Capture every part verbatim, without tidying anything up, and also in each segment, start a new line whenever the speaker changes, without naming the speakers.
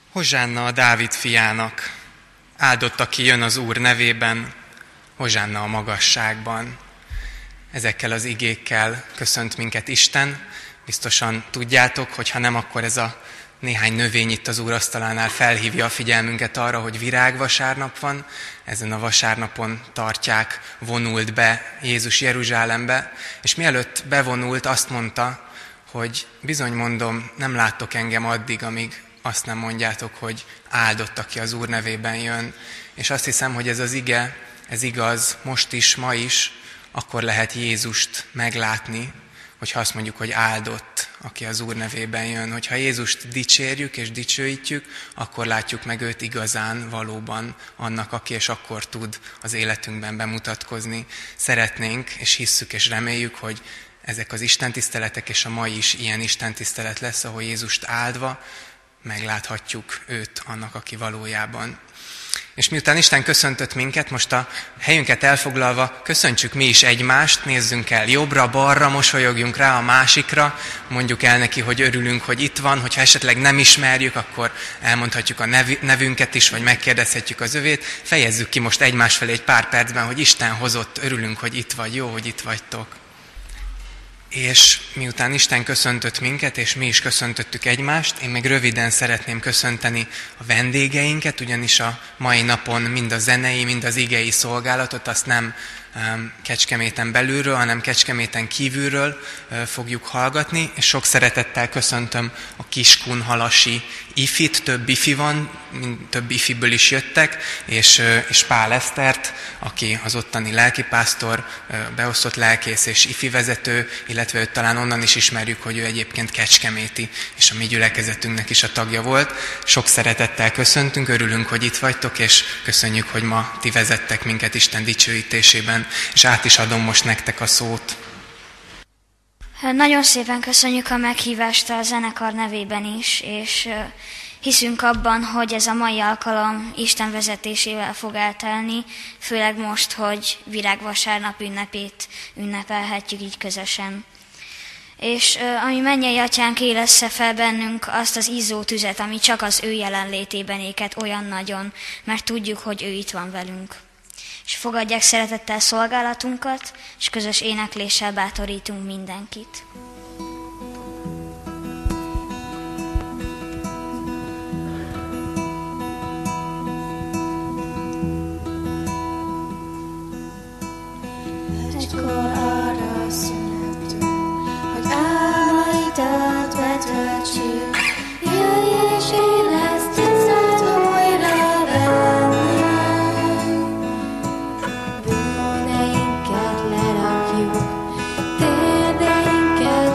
Hozsánna a Dávid fiának, áldott, aki jön az Úr nevében, hozsánna a magasságban. Ezekkel az igékkel köszönt minket Isten. Biztosan tudjátok, hogy ha nem, akkor ez a néhány növény itt az Úr asztalánál felhívja a figyelmünket arra, hogy virágvasárnap van. Ezen a vasárnapon tartják, vonult be Jézus Jeruzsálembe, és mielőtt bevonult, azt mondta, hogy bizony mondom, nem láttok engem addig, amíg azt nem mondjátok, hogy áldott, aki az Úr nevében jön. És azt hiszem, hogy ez az ige, ez igaz most is, ma is, akkor lehet Jézust meglátni, hogyha azt mondjuk, hogy áldott, aki az Úr nevében jön. Hogyha Jézust dicsérjük és dicsőítjük, akkor látjuk meg őt igazán, valóban annak, aki és akkor tud az életünkben bemutatkozni. Szeretnénk, és hisszük és reméljük, hogy ezek az istentiszteletek és a mai is ilyen istentisztelet lesz, ahol Jézust áldva megláthatjuk őt, annak, aki valójában. És miután Isten köszöntött minket, most a helyünket elfoglalva köszöntsük mi is egymást, nézzünk el jobbra-balra, mosolyogjunk rá a másikra, mondjuk el neki, hogy örülünk, hogy itt van, hogyha esetleg nem ismerjük, akkor elmondhatjuk a nevünket is, vagy megkérdezhetjük az övét. Fejezzük ki most egymás felé egy pár percben, hogy Isten hozott, örülünk, hogy itt vagy, jó, hogy itt vagytok. És miután Isten köszöntött minket, és mi is köszöntöttük egymást, én még röviden szeretném köszönteni a vendégeinket, ugyanis a mai napon mind a zenei, mind az igei szolgálatot azt nem um, Kecskeméten belülről, hanem Kecskeméten kívülről uh, fogjuk hallgatni, és sok szeretettel köszöntöm a Kiskunhalasi ifit, több ifi van, több ifiből is jöttek, és, uh, és Pál Esztert, aki az ottani lelkipásztor, uh, beosztott lelkész és ifi vezető, illetve őt talán onnan is ismerjük, hogy ő egyébként kecskeméti, és a mi gyülekezetünknek is a tagja volt. Sok szeretettel köszöntünk, örülünk, hogy itt vagytok, és köszönjük, hogy ma ti vezettek minket Isten dicsőítésében, és át is adom most nektek a szót.
Nagyon szépen köszönjük a meghívást a zenekar nevében is, és hiszünk abban, hogy ez a mai alkalom Isten vezetésével fog eltelni, főleg most, hogy virágvasárnap ünnepét ünnepelhetjük így közösen. És ami mennyei atyánk élessze fel bennünk azt az izzó tüzet, ami csak az ő jelenlétében éket olyan nagyon, mert tudjuk, hogy ő itt van velünk. És fogadják szeretettel szolgálatunkat, és közös énekléssel bátorítunk mindenkit.
Egykor arra születtünk, hogy álmaidat betöltsük, jöjj és éleszted újra bennünk. Bűneinket lerakjuk, térdeinket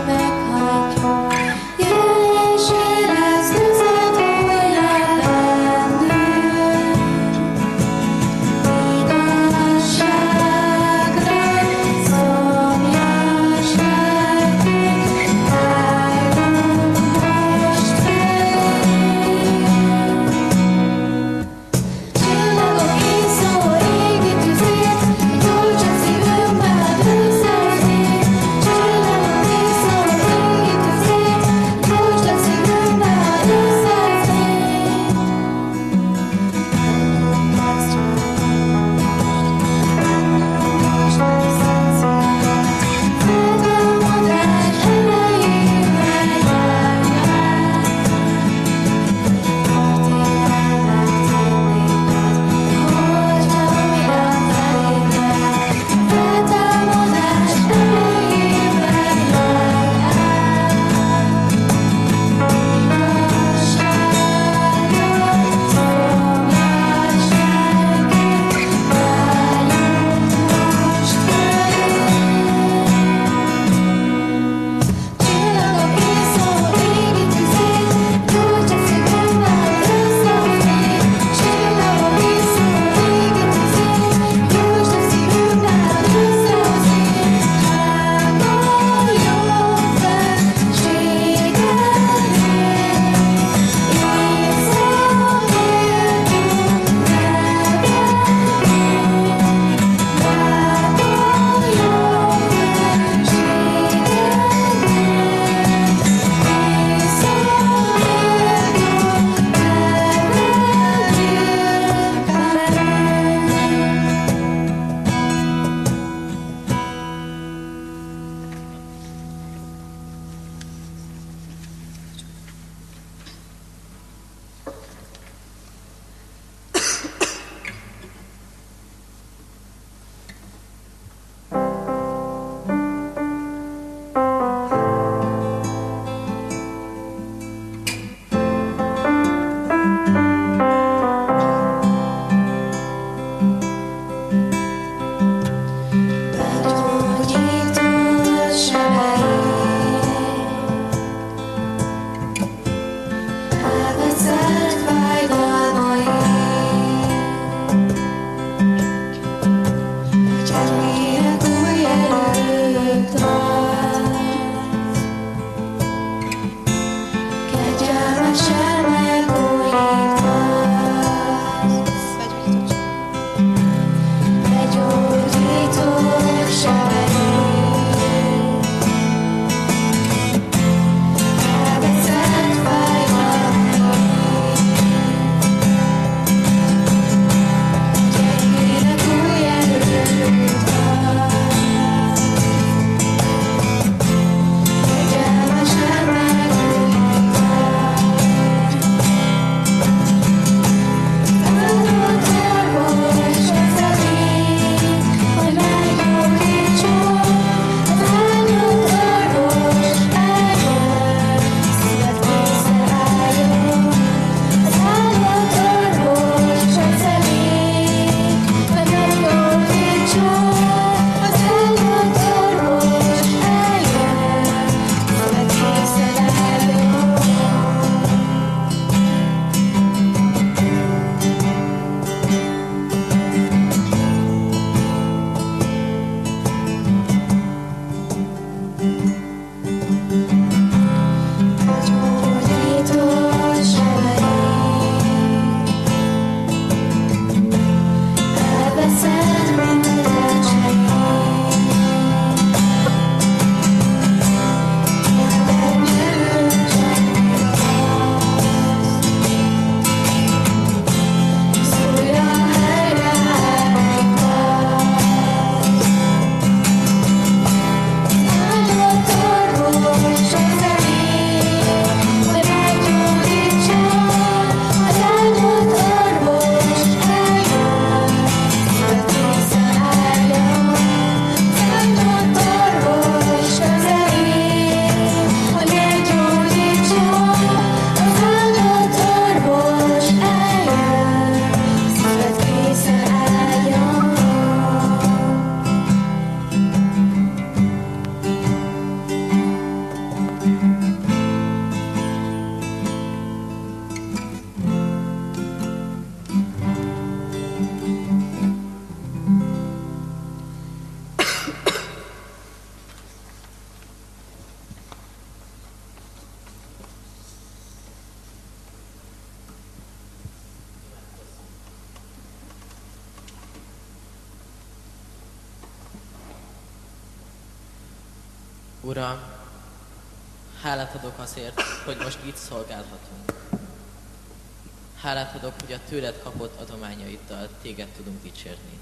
Uram, hálát adok azért, hogy most itt szolgálhatunk. Hálát adok, hogy a tőled kapott adományaiddal téged tudunk dicsérni.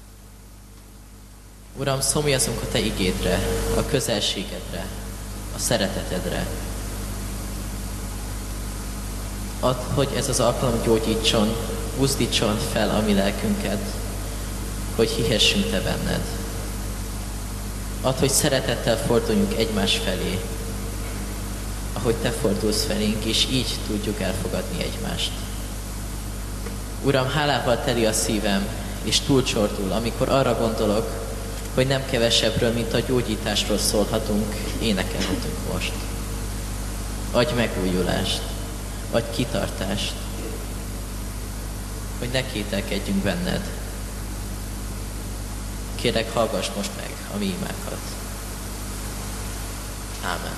Uram, szomjazunk a te igédre, a közelségedre, a szeretetedre. Add, hogy ez az alkalom gyógyítson, buzdítson fel a mi lelkünket, hogy hihessünk te benned. Add, hogy szeretettel forduljunk egymás felé, ahogy te fordulsz felénk, és így tudjuk elfogadni egymást. Uram, hálával teli a szívem, és túlcsordul, amikor arra gondolok, hogy nem kevesebbről, mint a gyógyításról szólhatunk, énekelhetünk most. Adj megújulást, adj kitartást, hogy ne kételkedjünk benned. Kérlek, hallgass most meg a mi imákat. Ámen.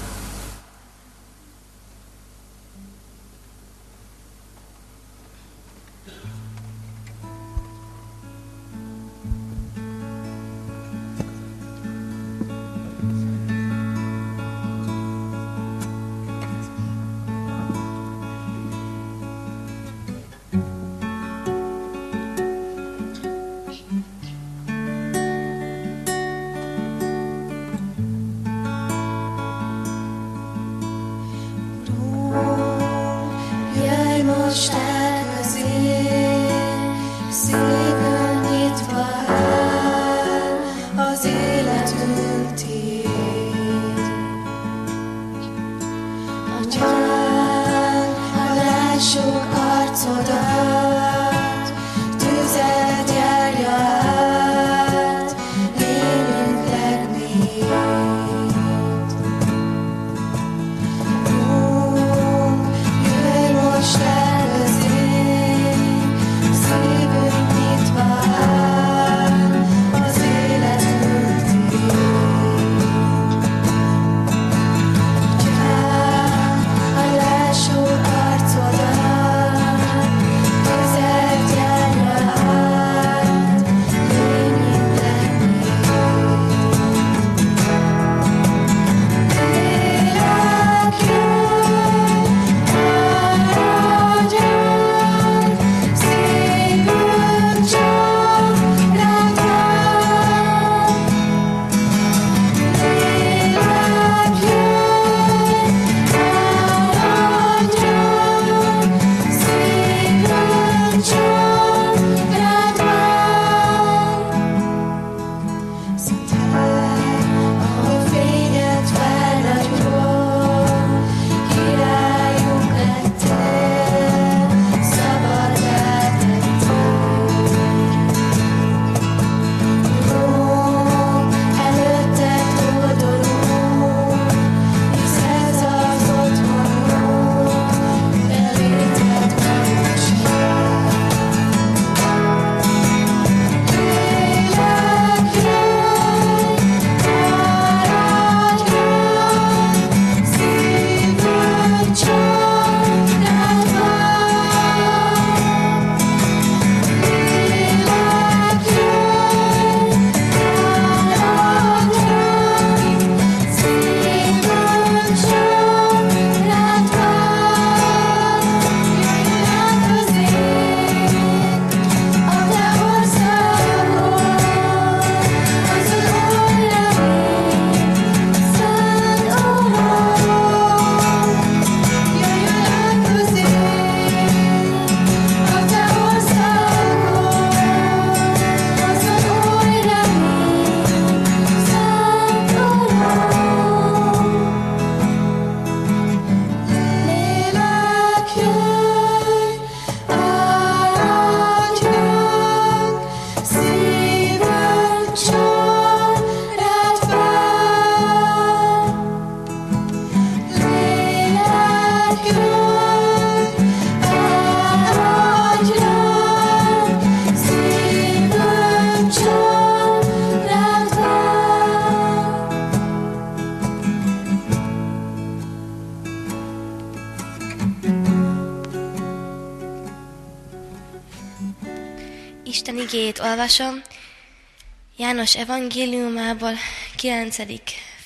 Isten igéjét olvasom. János evangéliumából, kilencedik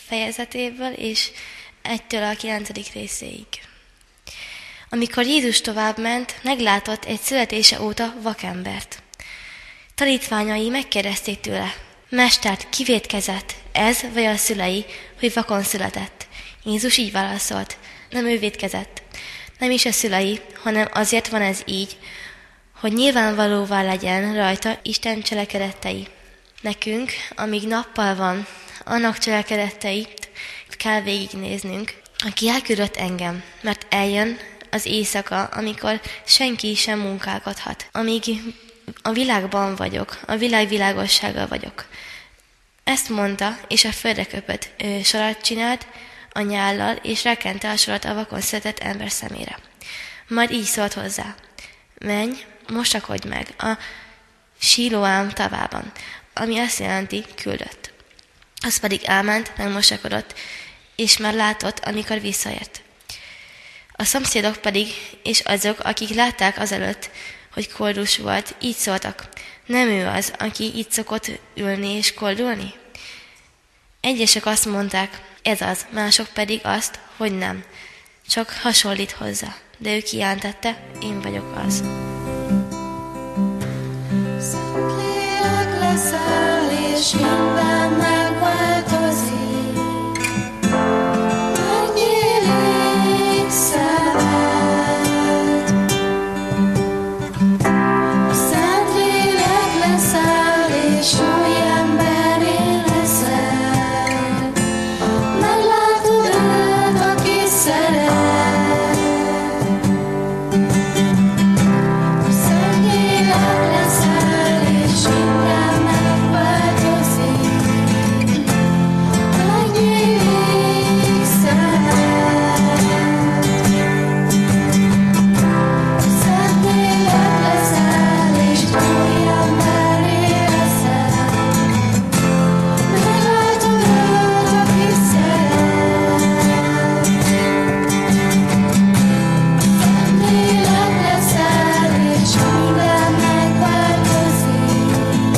fejezetéből, és egytől a kilencedik részéig. Amikor Jézus tovább ment, meglátott egy születése óta vakembert. Tanítványai megkérdezték tőle: Mestert, ki vétkezett, ez vagy a szülei, hogy vakon született? Jézus így válaszolt: nem ő vétkezett, nem is a szülei, hanem azért van ez így, hogy nyilvánvalóvá legyen rajta Isten cselekedetei. Nekünk, amíg nappal van, annak cselekedeteit kell végignéznünk, aki elküldött engem, mert eljön az éjszaka, amikor senki sem munkálkodhat. Amíg a világban vagyok, a világ világossággal vagyok. Ezt mondta, és a földre köpött ő sarat csinált a nyállal, és rákente a sarat a vakon született ember szemére. Majd így szólt hozzá: menj, mosakodj meg a Síloám tavában, ami azt jelenti, küldött. Az pedig elment, megmosakodott, és már látott, amikor visszaért. A szomszédok pedig, és azok, akik látták azelőtt, hogy koldus volt, így szóltak: nem ő az, aki itt szokott ülni és koldulni? Egyesek azt mondták: ez az, mások pedig azt, hogy nem, csak hasonlít hozzá. De ő kijelentette: én vagyok az.
Szentlélek leszel, és minden megváltozik. Megnyílik szemed. Szentlélek leszel, és új emberé leszel. Meglátod őt, aki szeret. Szentlélek leszel, és minden megváltozik. Megnyílik szemed. Szentlélek leszel, és új emberé leszel. Meglátod őt, aki szeret. Szentlélek leszel, és minden megváltozik.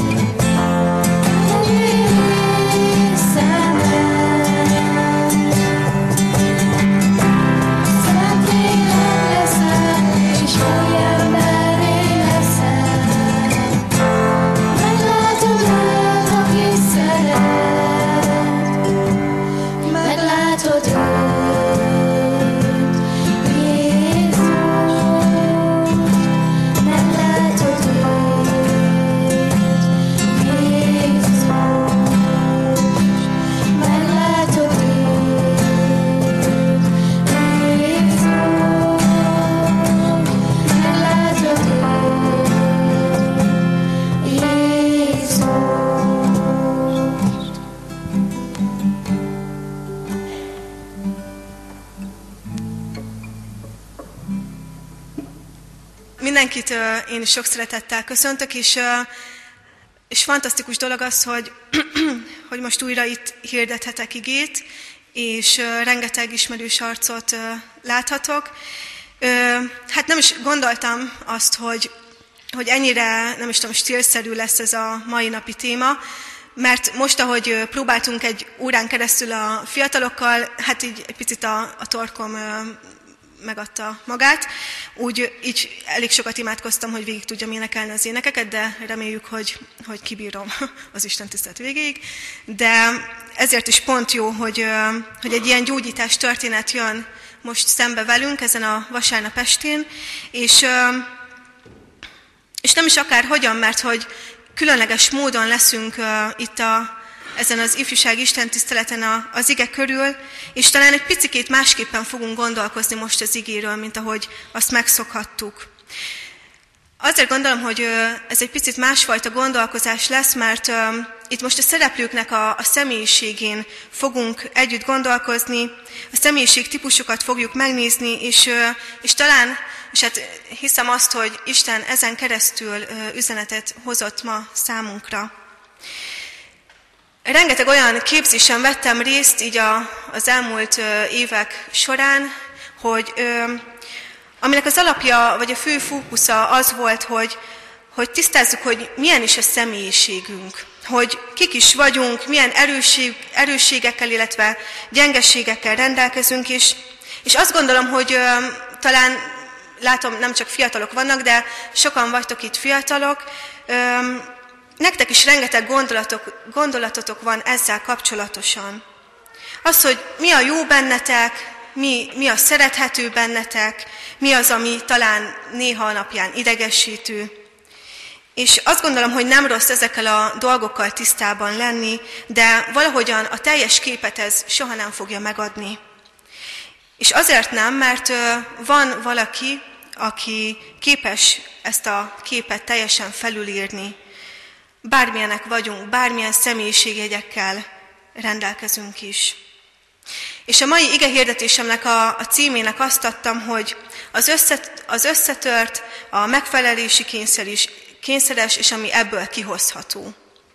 Megnyílik szemed. Szentlélek leszel, és új emberé leszel. Meglátod őt, aki szeret. Meglátod őt, Jézus. Meglátod őt, Jézus. Meglátod őt, Jézus. Meglátod őt, Jézus.
Mindenkit ö, én is sok szeretettel köszöntök, és, ö, és fantasztikus dolog az, hogy, hogy most újra itt hirdethetek igét, és ö, rengeteg ismerős arcot ö, láthatok. Ö, hát nem is gondoltam azt, hogy, hogy ennyire, nem is tudom, stílszerű lesz ez a mai napi téma, mert most, ahogy ö, próbáltunk egy órán keresztül a fiatalokkal, hát így egy picit a, a torkom ö, megadta magát. Úgy így elég sokat imádkoztam, hogy végig tudjam énekelni az énekeket, de reméljük, hogy, hogy kibírom az Isten tisztelet végéig. De ezért is pont jó, hogy, hogy egy ilyen gyógyítás történet jön most szembe velünk ezen a vasárnap estén, és, és nem is akár hogyan, mert hogy különleges módon leszünk itt a ezen az ifjúság istentiszteleten az ige körül, és talán egy picikét másképpen fogunk gondolkozni most az igéről, mint ahogy azt megszokhattuk. Azért gondolom, hogy ez egy picit másfajta gondolkozás lesz, mert itt most a szereplőknek a, a személyiségén fogunk együtt gondolkozni, a személyiség típusokat fogjuk megnézni, és, és talán, és hát hiszem azt, hogy Isten ezen keresztül üzenetet hozott ma számunkra. Rengeteg olyan képzésen vettem részt így a, az elmúlt ö, évek során, hogy ö, aminek az alapja, vagy a fő fókusza az volt, hogy, hogy tisztázzuk, hogy milyen is a személyiségünk. hogy kik is vagyunk, milyen erősség, erősségekkel, illetve gyengeségekkel rendelkezünk, és, és azt gondolom, hogy ö, talán látom, nem csak fiatalok vannak, de sokan vagytok itt fiatalok, ö, nektek is rengeteg gondolatok, gondolatotok van ezzel kapcsolatosan. Az, hogy mi a jó bennetek, mi, mi a szerethető bennetek, mi az, ami talán néha alapján idegesítő. És azt gondolom, hogy nem rossz ezekkel a dolgokkal tisztában lenni, de valahogyan a teljes képet ez soha nem fogja megadni. És azért nem, mert van valaki, aki képes ezt a képet teljesen felülírni. Bármilyenek vagyunk, bármilyen személyiségjegyekkel rendelkezünk is. És a mai igehirdetésemnek a, a címének azt adtam, hogy az, összet, az összetört, a megfelelési kényszer is, kényszeres, és ami ebből kihozható.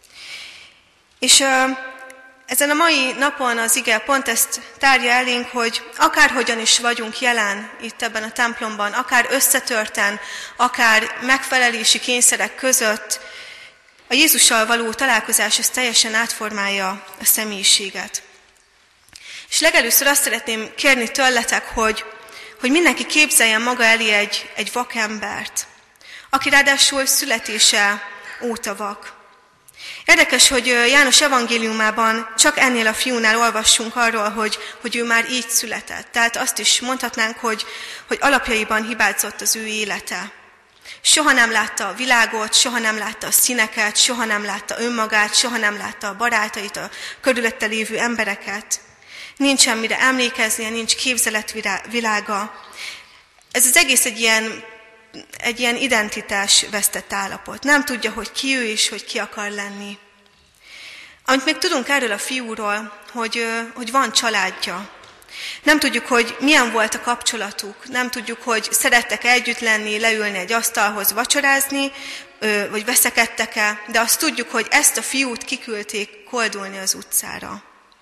És uh, ezen a mai napon az ige pont ezt tárja elénk, hogy akárhogyan is vagyunk jelen itt ebben a templomban, akár összetörten, akár megfelelési kényszerek között, a Jézussal való találkozás ez teljesen átformálja a személyiséget. És legelőször azt szeretném kérni tőletek, hogy, hogy mindenki képzeljen maga elé egy, egy vakembert, aki ráadásul születése óta vak. Érdekes, hogy János evangéliumában csak ennél a fiúnál olvassunk arról, hogy, hogy ő már így született. Tehát azt is mondhatnánk, hogy, hogy alapjaiban hibázott az ő élete. Soha nem látta a világot, soha nem látta a színeket, soha nem látta önmagát, soha nem látta a barátait, a körülötte lévő embereket. Nincsen mire emlékeznie, nincs képzeletvilága. Ez az egész egy ilyen, egy ilyen identitás vesztett állapot. Nem tudja, hogy ki ő és hogy ki akar lenni. Amit még tudunk erről a fiúról, hogy, hogy van családja. Nem tudjuk, hogy milyen volt a kapcsolatuk, nem tudjuk, hogy szerettek együtt lenni, leülni egy asztalhoz vacsorázni, vagy veszekedtek-e, de azt tudjuk, hogy ezt a fiút kiküldték koldulni az utcára.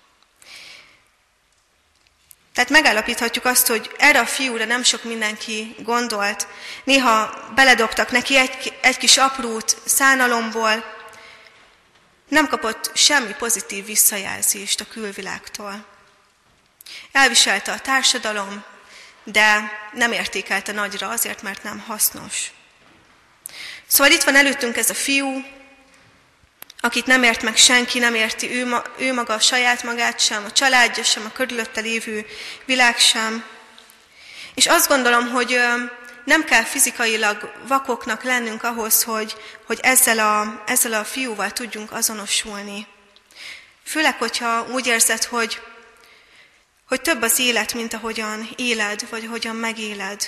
Tehát megállapíthatjuk azt, hogy erre a fiúra nem sok mindenki gondolt. Néha beledobtak neki egy, egy kis aprót szánalomból, nem kapott semmi pozitív visszajelzést a külvilágtól. Elviselte a társadalom, de nem értékelte nagyra azért, mert nem hasznos. Szóval itt van előttünk ez a fiú, akit nem ért meg senki, nem érti ő, ma, ő maga a saját magát sem, a családja sem, a körülötte lévő világ sem. És azt gondolom, hogy nem kell fizikailag vakoknak lennünk ahhoz, hogy, hogy ezzel, a, ezzel a fiúval tudjunk azonosulni. Főleg, hogyha úgy érzed, hogy, hogy több az élet, mint ahogyan éled, vagy hogyan megéled.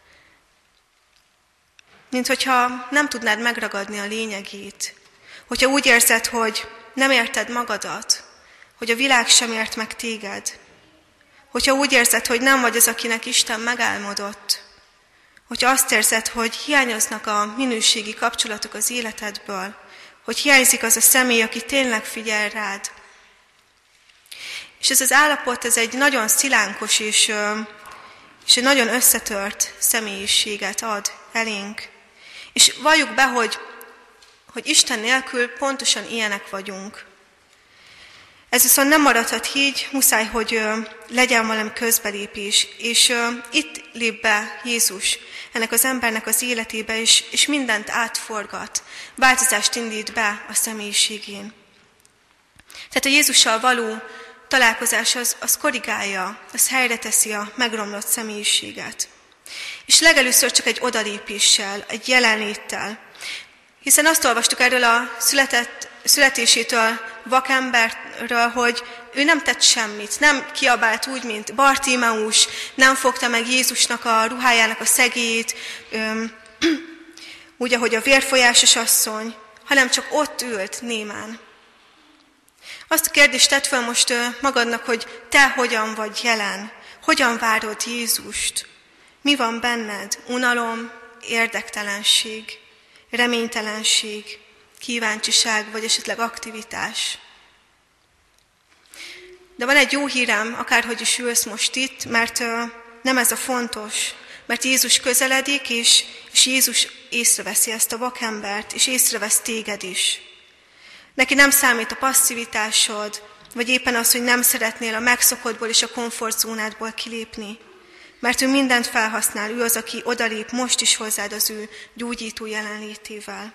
Mint hogyha nem tudnád megragadni a lényegét. Hogyha úgy érzed, hogy nem érted magadat, hogy a világ sem ért meg téged. Hogyha úgy érzed, hogy nem vagy az, akinek Isten megálmodott. Hogyha azt érzed, hogy hiányoznak a minőségi kapcsolatok az életedből, hogy hiányzik az a személy, aki tényleg figyel rád. És ez az állapot, ez egy nagyon szilánkos és, és egy nagyon összetört személyiséget ad elénk. És valljuk be, hogy, hogy Isten nélkül pontosan ilyenek vagyunk. Ez viszont nem maradhat így, muszáj, hogy legyen valami közbelépés. És itt lép be Jézus ennek az embernek az életébe, és, és mindent átforgat, változást indít be a személyiségén. Tehát a Jézussal való találkozás az, az korrigálja, az helyre teszi a megromlott személyiséget. És legelőször csak egy odalépéssel, egy jelenléttel. Hiszen azt olvastuk erről a született, születésétől vakemberről, hogy ő nem tett semmit, nem kiabált úgy, mint Bartimeus, nem fogta meg Jézusnak a ruhájának a szegélyét, öm, úgy, ahogy a vérfolyásos asszony, hanem csak ott ült némán. Azt a kérdést tedd fel most magadnak, hogy te hogyan vagy jelen, hogyan várod Jézust, mi van benned, unalom, érdektelenség, reménytelenség, kíváncsiság, vagy esetleg aktivitás. De van egy jó hírem, akárhogy is ülsz most itt, mert nem ez a fontos, mert Jézus közeledik, és, és Jézus észreveszi ezt a vakembert, és észrevesz téged is. Neki nem számít a passzivitásod, vagy éppen az, hogy nem szeretnél a megszokottból és a komfortzónádból kilépni. Mert ő mindent felhasznál, ő az, aki odalép most is hozzád az ő gyógyító jelenlétével.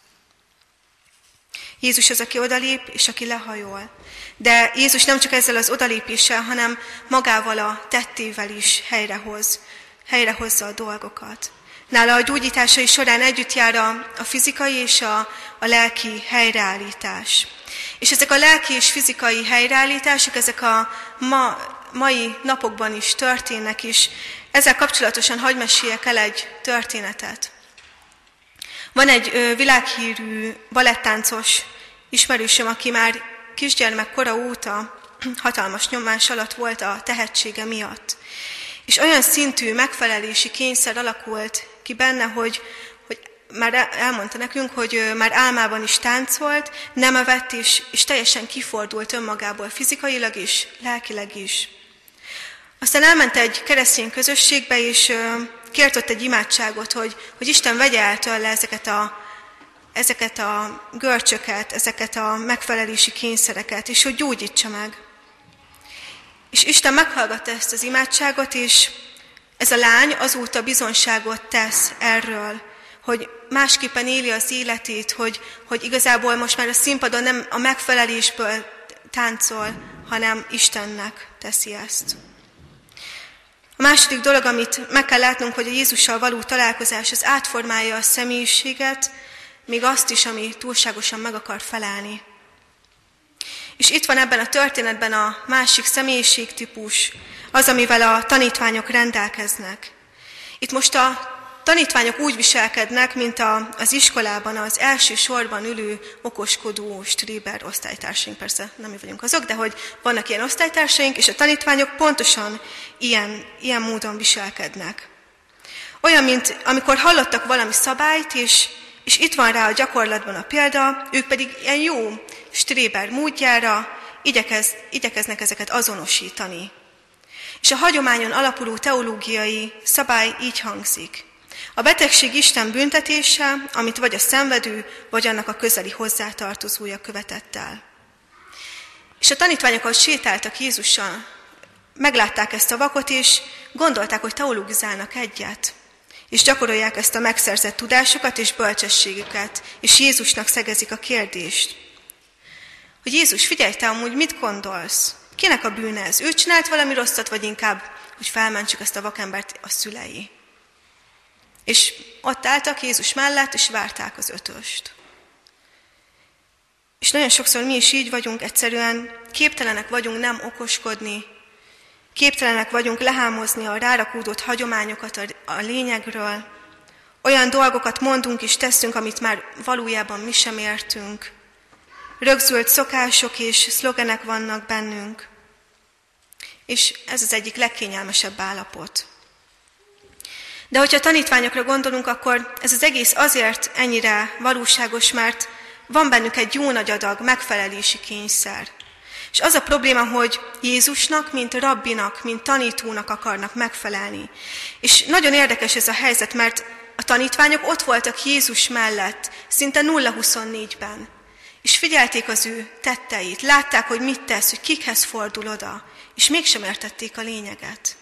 Jézus az, aki odalép, és aki lehajol. De Jézus nem csak ezzel az odalépéssel, hanem magával a tettével is helyrehoz, helyrehozza a dolgokat. Nála a gyógyításai során együtt jár a, a fizikai és a, a lelki helyreállítás. És ezek a lelki és fizikai helyreállítások, ezek a ma, mai napokban is történnek is. Ezzel kapcsolatosan hadd meséljek el egy történetet. Van egy ö, világhírű balettáncos ismerősöm, aki már kisgyermek kora óta hatalmas nyomás alatt volt a tehetsége miatt. És olyan szintű megfelelési kényszer alakult ki benne, hogy, hogy már elmondta nekünk, hogy már álmában is táncolt, nem evett is, és teljesen kifordult önmagából fizikailag is, lelkileg is. Aztán elment egy keresztény közösségbe, és kért ott egy imádságot, hogy, hogy Isten vegye el tőle ezeket a, ezeket a görcsöket, ezeket a megfelelési kényszereket, és hogy gyógyítsa meg. És Isten meghallgatta ezt az imádságot, és ez a lány azóta bizonságot tesz erről, hogy másképpen éli az életét, hogy, hogy igazából most már a színpadon nem a megfelelésből táncol, hanem Istennek teszi ezt. A második dolog, amit meg kell látnunk, hogy a Jézussal való találkozás az átformálja a személyiséget, még azt is, ami túlságosan meg akar felelni. És itt van ebben a történetben a másik személyiségtípus, az, amivel a tanítványok rendelkeznek. Itt most a tanítványok úgy viselkednek, mint a, az iskolában az első sorban ülő okoskodó stréber osztálytársaink. Persze nem mi vagyunk azok, de hogy vannak ilyen osztálytársaink, és a tanítványok pontosan ilyen, ilyen módon viselkednek. Olyan, mint amikor hallottak valami szabályt, és, és itt van rá a gyakorlatban a példa, ők pedig ilyen jó stréber módjára igyekez, igyekeznek ezeket azonosítani. És a hagyományon alapuló teológiai szabály így hangzik. A betegség Isten büntetése, amit vagy a szenvedő, vagy annak a közeli hozzátartozója követett el. És a tanítványok, ahogy sétáltak Jézussal, meglátták ezt a vakot, és gondolták, hogy teológizálnak egyet. És gyakorolják ezt a megszerzett tudásukat és bölcsességüket, és Jézusnak szegezik a kérdést. Hogy Jézus, figyelj, te amúgy mit gondolsz? Kinek a bűne ez? Ő csinált valami rosszat, vagy inkább, hogy felmentsük ezt a vakembert a szülei? És ott álltak Jézus mellett, és várták az ötöst. És nagyon sokszor mi is így vagyunk, egyszerűen képtelenek vagyunk nem okoskodni, képtelenek vagyunk lehámozni a rárakódott hagyományokat a, a lényegről, olyan dolgokat mondunk és teszünk, amit már valójában mi sem értünk. Rögzült szokások és szlogenek vannak bennünk. És ez az egyik legkényelmesebb állapot. De hogyha tanítványokra gondolunk, akkor ez az egész azért ennyire valóságos, mert van bennük egy jó nagy adag megfelelési kényszer. És az a probléma, hogy Jézusnak, mint rabbinak, mint tanítónak akarnak megfelelni. És nagyon érdekes ez a helyzet, mert a tanítványok ott voltak Jézus mellett, szinte nulla huszonnégyben. És figyelték az ő tetteit, látták, hogy mit tesz, hogy kikhez fordul oda, és mégsem értették a lényeget.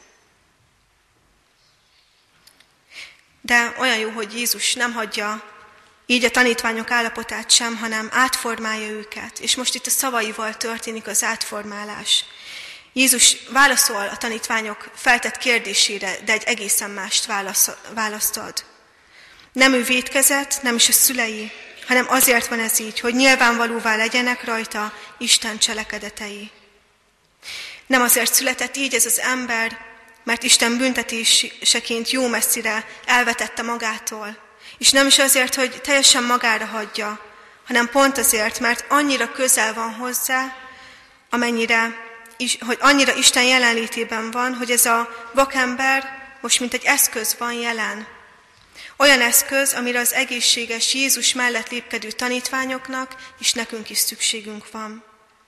De olyan jó, hogy Jézus nem hagyja így a tanítványok állapotát sem, hanem átformálja őket. És most itt a szavaival történik az átformálás. Jézus válaszol a tanítványok feltett kérdésére, de egy egészen mást választ ad. Nem ő vétkezett, nem is a szülei, hanem azért van ez így, hogy nyilvánvalóvá legyenek rajta Isten cselekedetei. Nem azért született így ez az ember, mert Isten büntetéseként jó messzire elvetette magától, és nem is azért, hogy teljesen magára hagyja, hanem pont azért, mert annyira közel van hozzá, amennyire, hogy annyira Isten jelenlétében van, hogy ez a vakember most mint egy eszköz van jelen. Olyan eszköz, amire az egészséges Jézus mellett lépkedő tanítványoknak és nekünk is szükségünk van.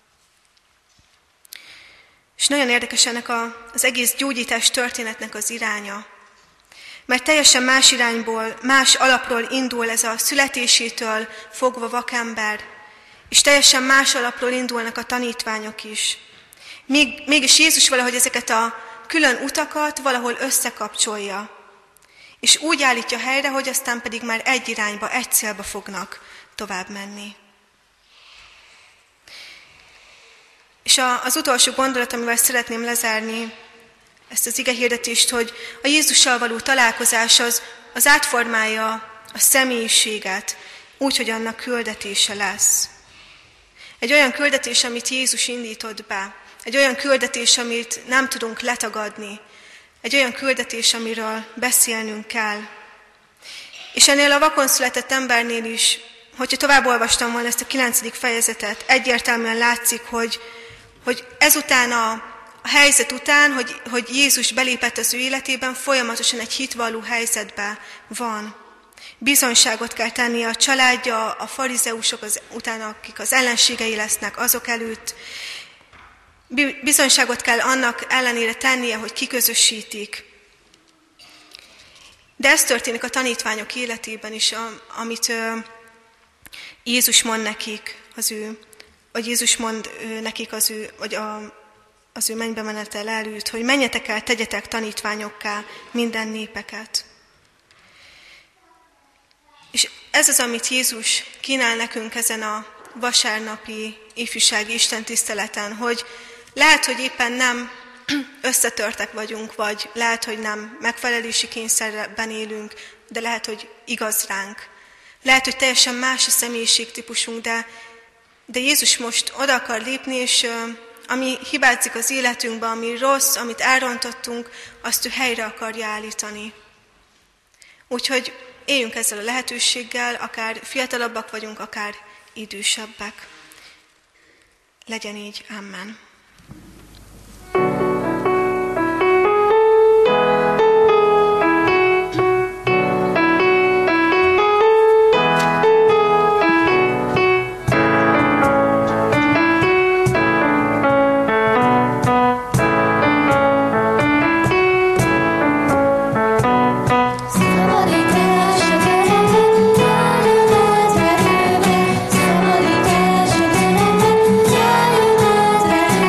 És nagyon érdekes ennek a, az egész gyógyítás történetnek az iránya. Mert teljesen más irányból, más alapról indul ez a születésétől fogva vakember, és teljesen más alapról indulnak a tanítványok is. Még, mégis Jézus valahogy ezeket a külön utakat valahol összekapcsolja, és úgy állítja helyre, hogy aztán pedig már egy irányba, egy célba fognak tovább menni. És az utolsó gondolat, amivel szeretném lezárni ezt az igehirdetést, hogy a Jézussal való találkozás az, az átformálja a személyiséget, úgy, hogy annak küldetése lesz. Egy olyan küldetés, amit Jézus indított be, egy olyan küldetés, amit nem tudunk letagadni, egy olyan küldetés, amiről beszélnünk kell. És ennél a vakon született embernél is, hogyha tovább olvastam volna ezt a kilencedik fejezetet, egyértelműen látszik, hogy, hogy ezután a, a helyzet után, hogy, hogy Jézus belépett az ő életében, folyamatosan egy hitvalló helyzetben van. Bizonyságot kell tennie a családja, a farizeusok az, utána, akik az ellenségei lesznek, azok előtt. Bizonyságot kell annak ellenére tennie, hogy kiközösítik. De ez történik a tanítványok életében is, amit Jézus mond nekik, az ő, vagy Jézus mond nekik az ő, vagy a, az ő mennybe menetel előtt, hogy menjetek el, tegyetek tanítványokká minden népeket. És ez az, amit Jézus kínál nekünk ezen a vasárnapi ifjúsági istentiszteleten, hogy lehet, hogy éppen nem összetörtek vagyunk, vagy lehet, hogy nem megfelelési kényszerben élünk, de lehet, hogy igaz ránk. Lehet, hogy teljesen más a személyiségtípusunk, de, de Jézus most oda akar lépni, és ami hibázik az életünkben, ami rossz, amit elrontottunk, azt ő helyre akarja állítani. Úgyhogy éljünk ezzel a lehetőséggel, akár fiatalabbak vagyunk, akár idősebbek. Legyen így, amen.
Szabadítás a teremben, járjon át velünk, járjon át velünk.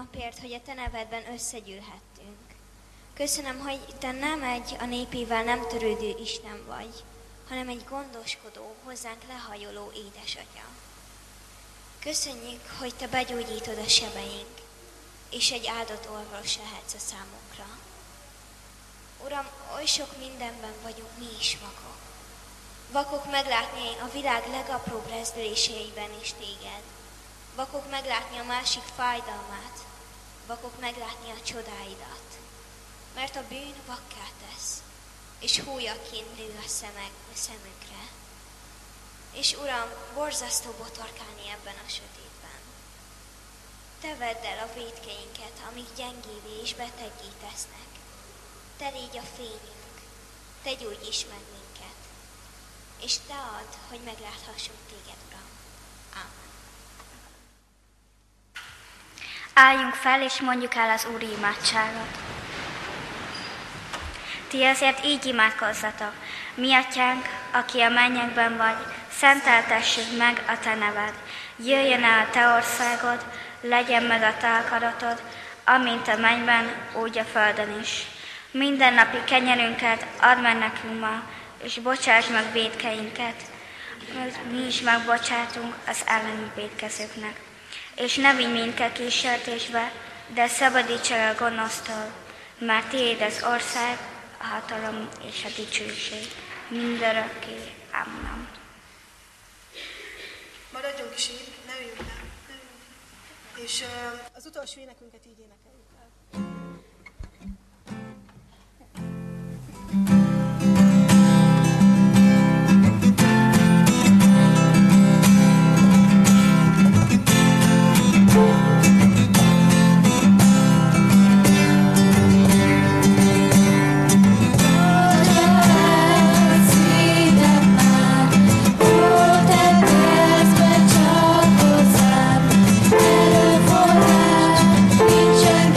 napért, hogy a Te nevedben összegyűlhettünk. Köszönöm, hogy Te nem egy a népével nem törődő Isten vagy, hanem egy gondoskodó, hozzánk lehajoló édesatya. Köszönjük, hogy Te begyógyítod a sebeink, és egy áldott orvos lehetsz a számunkra. Uram, oly sok mindenben vagyunk mi is vakok. Vakok meglátni a világ legapróbb rezdüléseiben is Téged. Vakok meglátni a másik fájdalmát. Vakok meglátni a csodáidat. Mert a bűn vakká tesz, és hólyaként lő a szemek, a szemükre. És Uram, borzasztó botorkálni ebben a sötétben. Te vedd el a vétkeinket, amik gyengévé és beteggé tesznek. Te légy a fényünk, Te gyógyíts meg minket, és Te add, hogy megláthassunk Téged, Uram. Ámen.
Álljunk fel, és mondjuk el az Úri imádságot. Ti azért így imádkozzatok. Mi atyánk, aki a mennyekben vagy, szenteltessük meg a Te neved. Jöjjön el a Te országod, legyen meg a Te akaratod, amint a mennyben, úgy a földön is. Mindennapi kenyerünket add meg nekünk ma, és bocsáss meg vétkeinket, mi is megbocsátunk az ellenünk vétkezőknek. És ne vigy minket kísértésbe, de szabadíts el a gonosztól, mert Tiéd az ország, a hatalom és a dicsőség mindörökké. Amen.
Maradjunk is így, ne üljünk le. És uh, az utolsó énekünket így énekeljük el.
Csak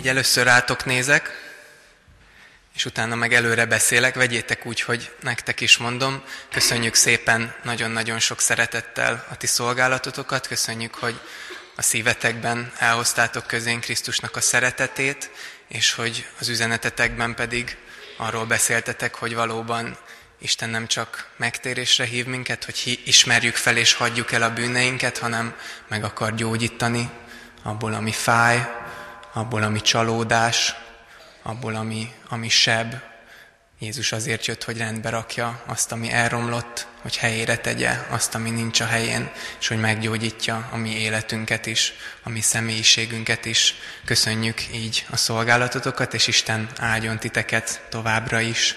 így először rátok nézek, és utána meg előre beszélek, vegyétek úgy, hogy nektek is mondom. Köszönjük szépen nagyon-nagyon sok szeretettel a ti szolgálatotokat, köszönjük, hogy a szívetekben elhoztátok közénk Krisztusnak a szeretetét, és hogy az üzenetetekben pedig arról beszéltetek, hogy valóban Isten nem csak megtérésre hív minket, hogy ismerjük fel és hagyjuk el a bűneinket, hanem meg akar gyógyítani abból, ami fáj, abból, ami csalódás, abból, ami, ami seb. Jézus azért jött, hogy rendbe rakja azt, ami elromlott, hogy helyére tegye azt, ami nincs a helyén, és hogy meggyógyítja a mi életünket is, a mi személyiségünket is. Köszönjük így a szolgálatotokat, és Isten áldjon titeket továbbra is.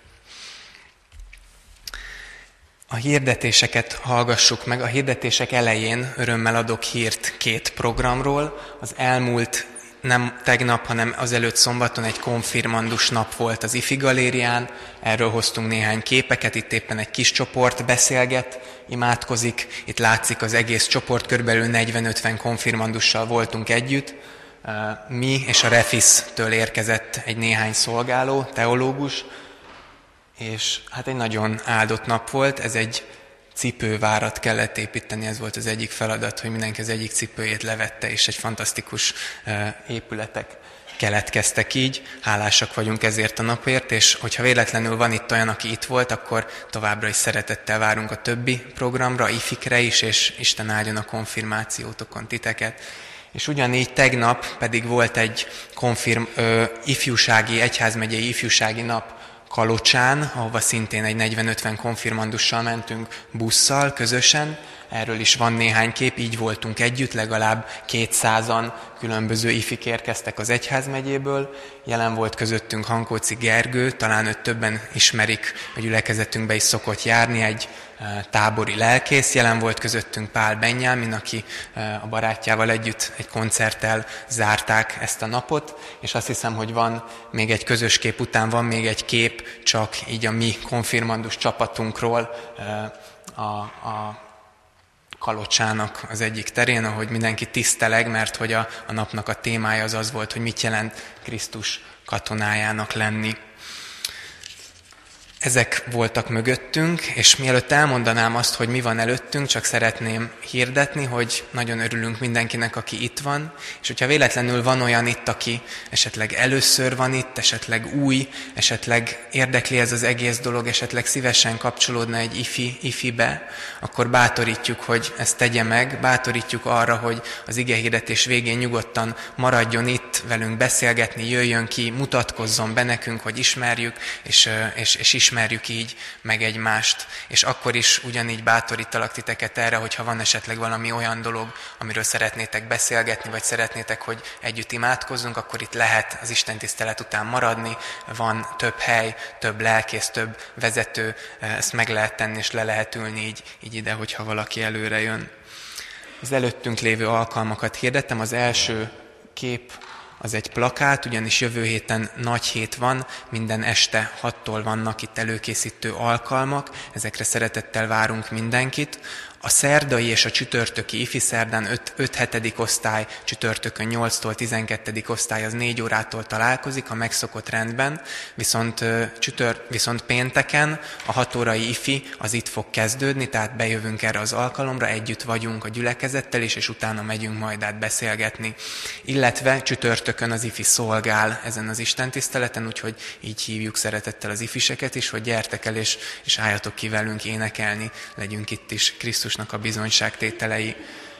A hirdetéseket hallgassuk meg. A hirdetések elején örömmel adok hírt két programról. Az elmúlt nem tegnap, hanem azelőtt szombaton egy konfirmandus nap volt az Ifi Galérián. Erről hoztunk néhány képeket, itt éppen egy kis csoport beszélget, imádkozik. Itt látszik az egész csoport, körülbelül negyven-ötven konfirmandussal voltunk együtt. Mi és a Refisztől érkezett egy néhány szolgáló, teológus, és hát egy nagyon áldott nap volt. Ez egy cipővárat kellett építeni, ez volt az egyik feladat, hogy mindenki az egyik cipőjét levette, és egy fantasztikus épületek keletkeztek így. Hálásak vagyunk ezért a napért, és hogyha véletlenül van itt olyan, aki itt volt, akkor továbbra is szeretettel várunk a többi programra, ifikre is, és Isten áldjon a konfirmációtokon titeket. És ugyanígy tegnap pedig volt egy konfirm, ö, ifjúsági, egyházmegyei ifjúsági nap Kalocsán, ahova szintén egy negyven-ötven konfirmandussal mentünk busszal közösen. Erről is van néhány kép, így voltunk együtt, legalább kétszázan különböző ifik érkeztek az egyházmegyéből. Jelen volt közöttünk Hankóczi Gergő, talán őt többen ismerik, a gyülekezetünkbe is szokott járni, egy tábori lelkész. Jelen volt közöttünk Pál Benyámin, aki a barátjával együtt egy koncerttel zárták ezt a napot, és azt hiszem, hogy van még egy közös kép után, van még egy kép csak így a mi konfirmandus csapatunkról a, a Kalocsának az egyik terén, ahogy mindenki tiszteleg, mert hogy a, a napnak a témája az az volt, hogy mit jelent Krisztus katonájának lenni. Ezek voltak mögöttünk, és mielőtt elmondanám azt, hogy mi van előttünk, csak szeretném hirdetni, hogy nagyon örülünk mindenkinek, aki itt van, és hogyha véletlenül van olyan itt, aki esetleg először van itt, esetleg új, esetleg érdekli ez az egész dolog, esetleg szívesen kapcsolódna egy ifi, ifibe, akkor bátorítjuk, hogy ezt tegye meg, bátorítjuk arra, hogy az igehirdetés végén nyugodtan maradjon itt velünk beszélgetni, jöjjön ki, mutatkozzon be nekünk, hogy ismerjük, és, és, és ismerjük ismerjük így meg egymást, és akkor is ugyanígy bátorítalak titeket erre, hogyha van esetleg valami olyan dolog, amiről szeretnétek beszélgetni, vagy szeretnétek, hogy együtt imádkozzunk, akkor itt lehet az istentisztelet után maradni, van több hely, több lelkész, több vezető, ezt meg lehet tenni, és le lehet ülni így, így ide, hogyha valaki előre jön. Az előttünk lévő alkalmakat hirdettem, az első kép az egy plakát, ugyanis jövő héten nagy hét van, minden este hattól vannak itt előkészítő alkalmak, ezekre szeretettel várunk mindenkit. A szerdai és a csütörtöki ifi szerdán öt-hetedik osztály, csütörtökön nyolctól tizenkettedik osztály az négy órától találkozik a megszokott rendben, viszont, csütör, viszont pénteken a hat órai ifi az itt fog kezdődni, tehát bejövünk erre az alkalomra, együtt vagyunk a gyülekezettel is, és utána megyünk majd át beszélgetni. Illetve csütörtökön az ifi szolgál ezen az istentiszteleten, úgyhogy így hívjuk szeretettel az ifiseket is, hogy gyertek el, és, és álljatok ki velünk énekelni, legyünk itt is Krisztus a bizonyságtételei.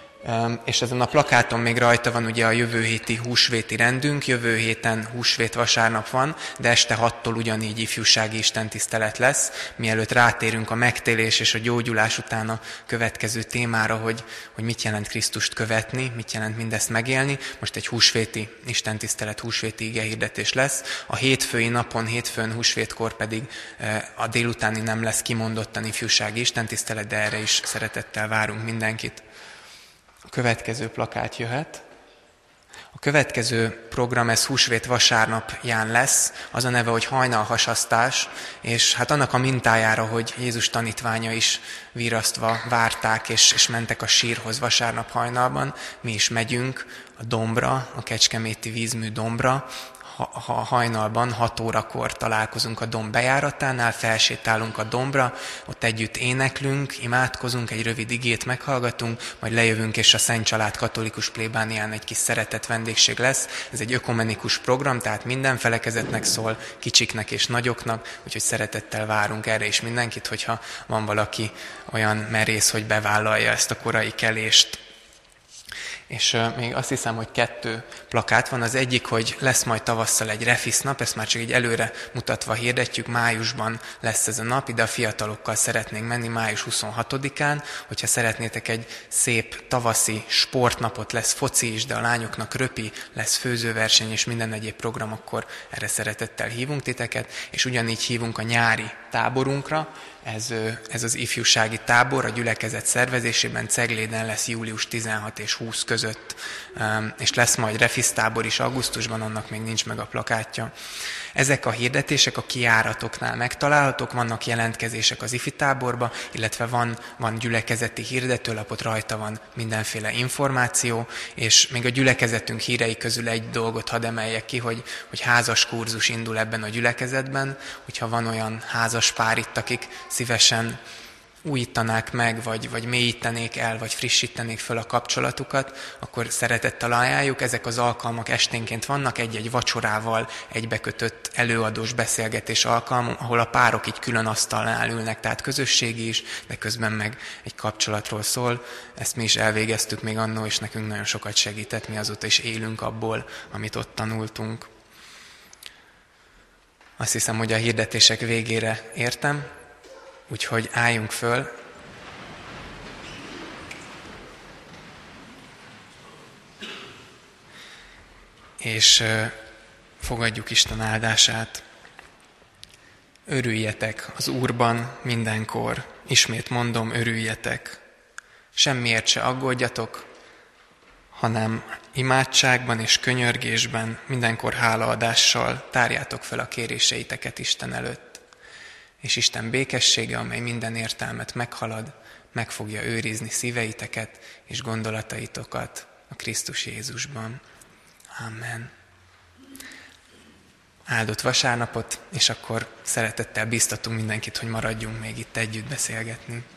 És ezen a plakáton még rajta van ugye a jövő héti húsvéti rendünk, jövő héten húsvét vasárnap van, de este hattól ugyanígy ifjúsági istentisztelet lesz, mielőtt rátérünk a megtérés és a gyógyulás után a következő témára, hogy, hogy mit jelent Krisztust követni, mit jelent mindezt megélni. Most egy húsvéti istentisztelet, húsvéti igehirdetés lesz. A hétfői napon, hétfőn húsvétkor pedig a délutáni nem lesz kimondottan ifjúsági istentisztelet, de erre is szeretettel várunk mindenkit. A következő plakát jöhet. A következő program, ez húsvét vasárnapján lesz, az a neve, hogy hajnalhasasztás, és hát annak a mintájára, hogy Jézus tanítványa is virrasztva várták, és, és mentek a sírhoz vasárnap hajnalban, mi is megyünk a dombra, a Kecskeméti vízmű dombra, ha, ha hajnalban hat órakor találkozunk a domb bejáratánál, felsétálunk a dombra, ott együtt éneklünk, imádkozunk, egy rövid igét meghallgatunk, majd lejövünk, és a Szent Család katolikus plébánián egy kis szeretett vendégség lesz. Ez egy ökumenikus program, tehát minden felekezetnek szól, kicsiknek és nagyoknak, úgyhogy szeretettel várunk erre is mindenkit, hogyha van valaki olyan merész, hogy bevállalja ezt a korai kelést. És uh, még azt hiszem, hogy kettő plakát van. Az egyik, hogy lesz majd tavasszal egy refisz nap, ezt már csak így előre mutatva hirdetjük, májusban lesz ez a nap, ide a fiatalokkal szeretnénk menni május huszonhatodikán, hogyha szeretnétek egy szép tavaszi sportnapot, lesz foci is, de a lányoknak röpi, lesz főzőverseny és minden egyéb program, akkor erre szeretettel hívunk titeket, és ugyanígy hívunk a nyári táborunkra. Ez, ez az ifjúsági tábor a gyülekezet szervezésében Cegléden lesz július tizenhat és húsz között, és lesz majd refisz tábor is augusztusban, annak még nincs meg a plakátja. Ezek a hirdetések a kijáratoknál megtalálhatók, vannak jelentkezések az ifi táborba, illetve van, van gyülekezeti hirdetőlapot, rajta van mindenféle információ, és még a gyülekezetünk hírei közül egy dolgot hadd emeljek ki, hogy, hogy házas kurzus indul ebben a gyülekezetben, hogyha van olyan házas pár itt, akik szívesen újítanák meg, vagy, vagy mélyítenék el, vagy frissítenék föl a kapcsolatukat, akkor szeretettel ajánljuk. Ezek az alkalmak esténként vannak, egy-egy vacsorával egybekötött előadós beszélgetés alkalmam, ahol a párok így külön asztalnál ülnek, tehát közösségi is, de közben meg egy kapcsolatról szól. Ezt mi is elvégeztük még annó, és nekünk nagyon sokat segített, mi azóta is élünk abból, amit ott tanultunk. Azt hiszem, hogy a hirdetések végére értem. Úgyhogy álljunk föl, és fogadjuk Isten áldását. Örüljetek az Úrban mindenkor, ismét mondom, örüljetek. Semmiért se aggódjatok, hanem imádságban és könyörgésben mindenkor hálaadással tárjátok fel a kéréseiteket Isten előtt. És Isten békessége, amely minden értelmet meghalad, meg fogja őrizni szíveiteket és gondolataitokat a Krisztus Jézusban. Amen. Áldott vasárnapot, és akkor szeretettel biztatunk mindenkit, hogy maradjunk még itt együtt beszélgetni.